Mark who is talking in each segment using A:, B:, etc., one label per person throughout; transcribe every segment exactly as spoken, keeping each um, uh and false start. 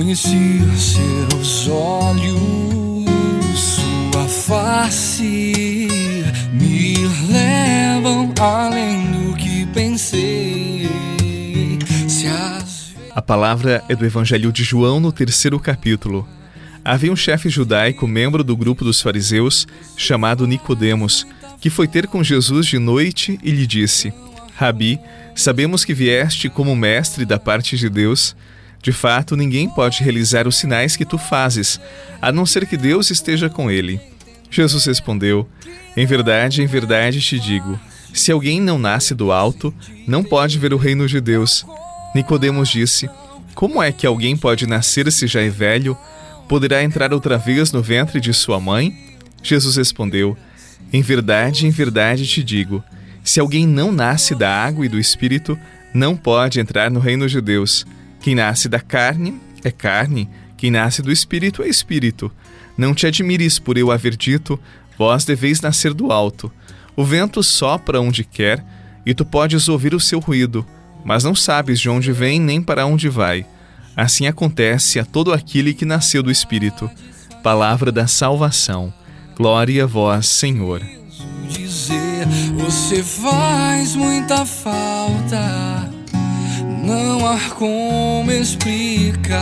A: conheci seus olhos, sua face me levam além do que pensei. Se as...
B: A palavra é do Evangelho de João, no terceiro capítulo. Havia um chefe judaico, membro do grupo dos fariseus, chamado Nicodemos, que foi ter com Jesus de noite e lhe disse: Rabi, sabemos que vieste como mestre da parte de Deus. De fato, ninguém pode realizar os sinais que tu fazes, a não ser que Deus esteja com ele. Jesus respondeu: Em verdade, em verdade te digo, se alguém não nasce do alto, não pode ver o reino de Deus. Nicodemos disse: Como é que alguém pode nascer se já é velho? Poderá entrar outra vez no ventre de sua mãe? Jesus respondeu: Em verdade, em verdade te digo, se alguém não nasce da água e do Espírito, não pode entrar no reino de Deus. Quem nasce da carne é carne, quem nasce do Espírito é Espírito. Não te admires por eu haver dito, vós deveis nascer do alto. O vento sopra onde quer, e tu podes ouvir o seu ruído, mas não sabes de onde vem nem para onde vai. Assim acontece a todo aquele que nasceu do Espírito. Palavra da salvação. Glória a vós, Senhor.
A: Dizer, você faz muita falta, não há como explicar.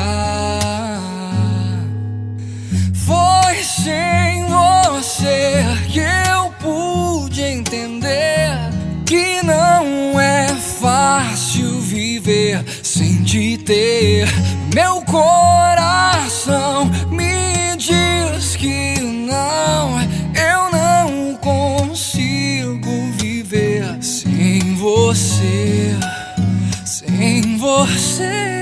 A: Foi sem você que eu pude entender que não é fácil viver sem te ter. Meu coração me diz que não, eu não consigo viver sem você, sem você.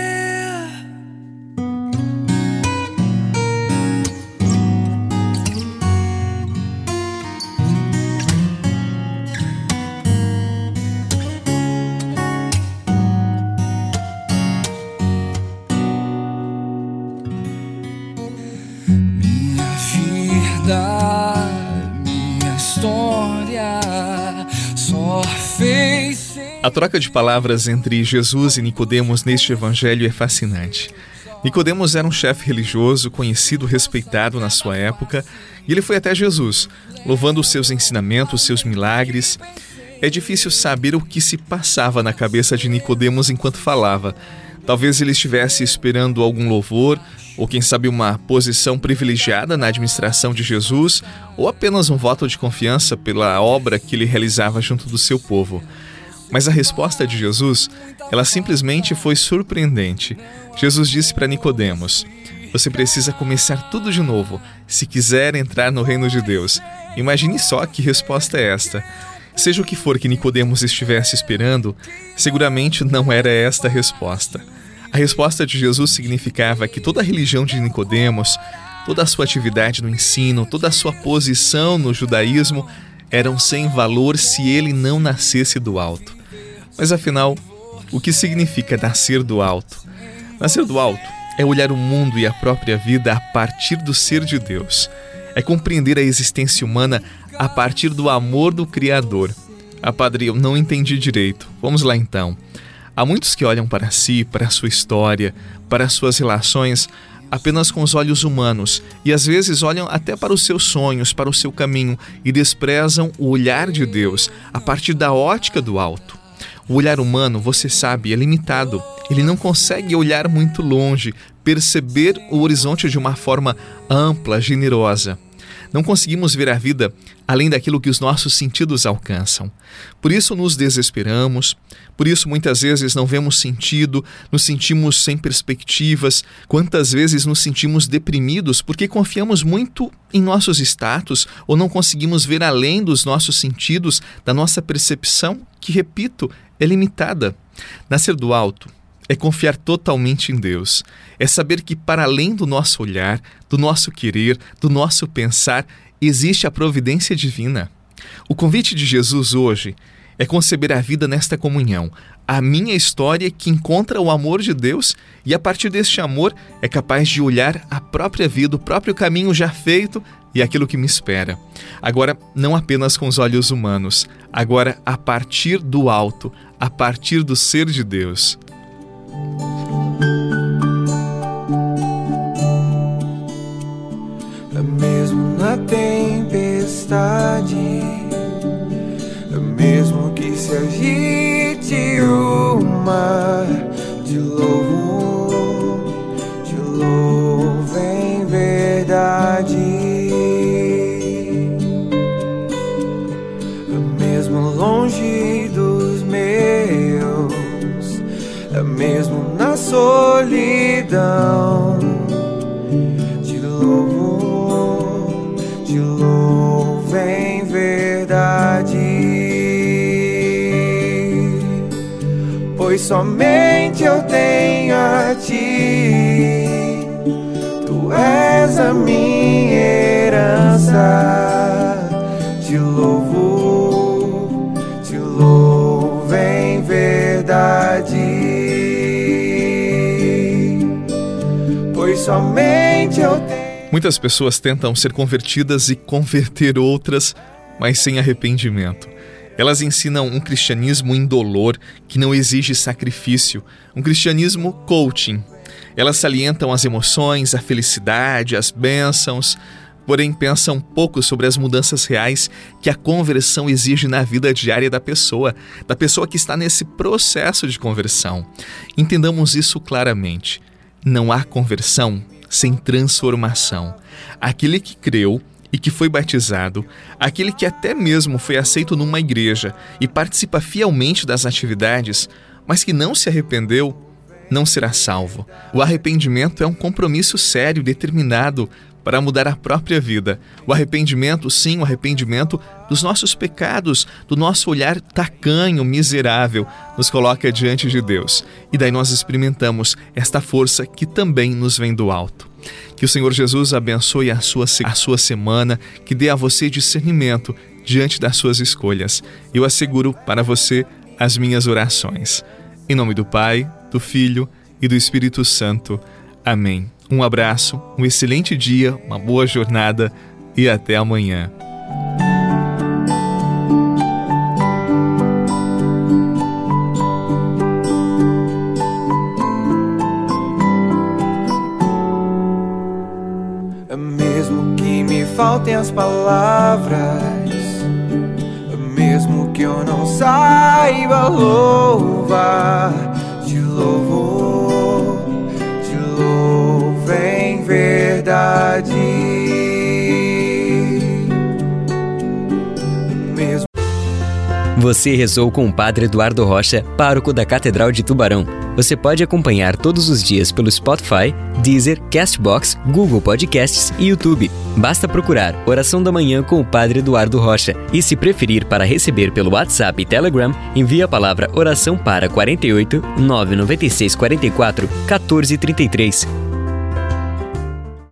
A: Minha história só fez.
B: A troca de palavras entre Jesus e Nicodemos neste evangelho é fascinante. Nicodemos era um chefe religioso, conhecido, respeitado na sua época, e ele foi até Jesus, louvando os seus ensinamentos, seus milagres. É difícil saber o que se passava na cabeça de Nicodemos enquanto falava. Talvez ele estivesse esperando algum louvor, ou quem sabe uma posição privilegiada na administração de Jesus, ou apenas um voto de confiança pela obra que ele realizava junto do seu povo. Mas a resposta de Jesus, ela simplesmente foi surpreendente. Jesus disse para Nicodemos: você precisa começar tudo de novo, se quiser entrar no reino de Deus. Imagine só que resposta é esta. Seja o que for que Nicodemos estivesse esperando, seguramente não era esta a resposta. A resposta de Jesus significava que toda a religião de Nicodemos, toda a sua atividade no ensino, toda a sua posição no judaísmo eram sem valor se ele não nascesse do alto. Mas afinal, o que significa nascer do alto? Nascer do alto é olhar o mundo e a própria vida a partir do ser de Deus. É compreender a existência humana a partir do amor do Criador. Ah, padre, eu não entendi direito. Vamos lá então. Há muitos que olham para si, para a sua história, para as suas relações, apenas com os olhos humanos, e às vezes olham até para os seus sonhos, para o seu caminho, e desprezam o olhar de Deus a partir da ótica do alto. O olhar humano, você sabe, é limitado. Ele não consegue olhar muito longe, perceber o horizonte de uma forma ampla, generosa. Não conseguimos ver a vida além daquilo que os nossos sentidos alcançam. Por isso nos desesperamos, por isso muitas vezes não vemos sentido, nos sentimos sem perspectivas, quantas vezes nos sentimos deprimidos porque confiamos muito em nossos status ou não conseguimos ver além dos nossos sentidos, da nossa percepção, que, repito, é limitada. Nascer do alto é confiar totalmente em Deus. É saber que para além do nosso olhar, do nosso querer, do nosso pensar, existe a providência divina. O convite de Jesus hoje é conceber a vida nesta comunhão, a minha história que encontra o amor de Deus e a partir deste amor é capaz de olhar a própria vida, o próprio caminho já feito e aquilo que me espera. Agora, não apenas com os olhos humanos, agora a partir do alto, a partir do ser de Deus.
A: tempestade, mesmo que se agite o mar, te louvo, te louvo em verdade. Mesmo longe dos meus, mesmo na solidão, te louvo, te louvo em verdade. Pois somente eu tenho a ti, tu és a minha herança. Te louvo, te louvo em verdade. Pois somente eu tenho.
B: Muitas pessoas tentam ser convertidas e converter outras, mas sem arrependimento. Elas ensinam um cristianismo indolor que não exige sacrifício, um cristianismo coaching. Elas salientam as emoções, a felicidade, as bênçãos, porém pensam pouco sobre as mudanças reais que a conversão exige na vida diária da pessoa, da pessoa que está nesse processo de conversão. Entendamos isso claramente. Não há conversão sem transformação. Aquele que creu e que foi batizado, aquele que até mesmo foi aceito numa igreja e participa fielmente das atividades, mas que não se arrependeu, não será salvo. O arrependimento é um compromisso sério, determinado para mudar a própria vida. O arrependimento, sim, o arrependimento dos nossos pecados, do nosso olhar tacanho, miserável, nos coloca diante de Deus. E daí nós experimentamos esta força que também nos vem do alto. Que o Senhor Jesus abençoe a sua, a sua semana, que dê a você discernimento diante das suas escolhas. Eu asseguro para você as minhas orações. Em nome do Pai, do Filho e do Espírito Santo. Amém. Um abraço, um excelente dia, uma boa jornada e até amanhã.
A: Mesmo que me faltem as palavras, mesmo que eu não saiba louvar, te louvo, te louvo em verdade. Mesmo...
C: Você rezou com o Padre Eduardo Rocha, pároco da Catedral de Tubarão. Você pode acompanhar todos os dias pelo Spotify, Deezer, Castbox, Google Podcasts e YouTube. Basta procurar Oração da Manhã com o Padre Eduardo Rocha. E se preferir para receber pelo WhatsApp e Telegram, envie a palavra oração para quarenta e oito, nove nove seis, quarenta e quatro, quatorze, trinta e três.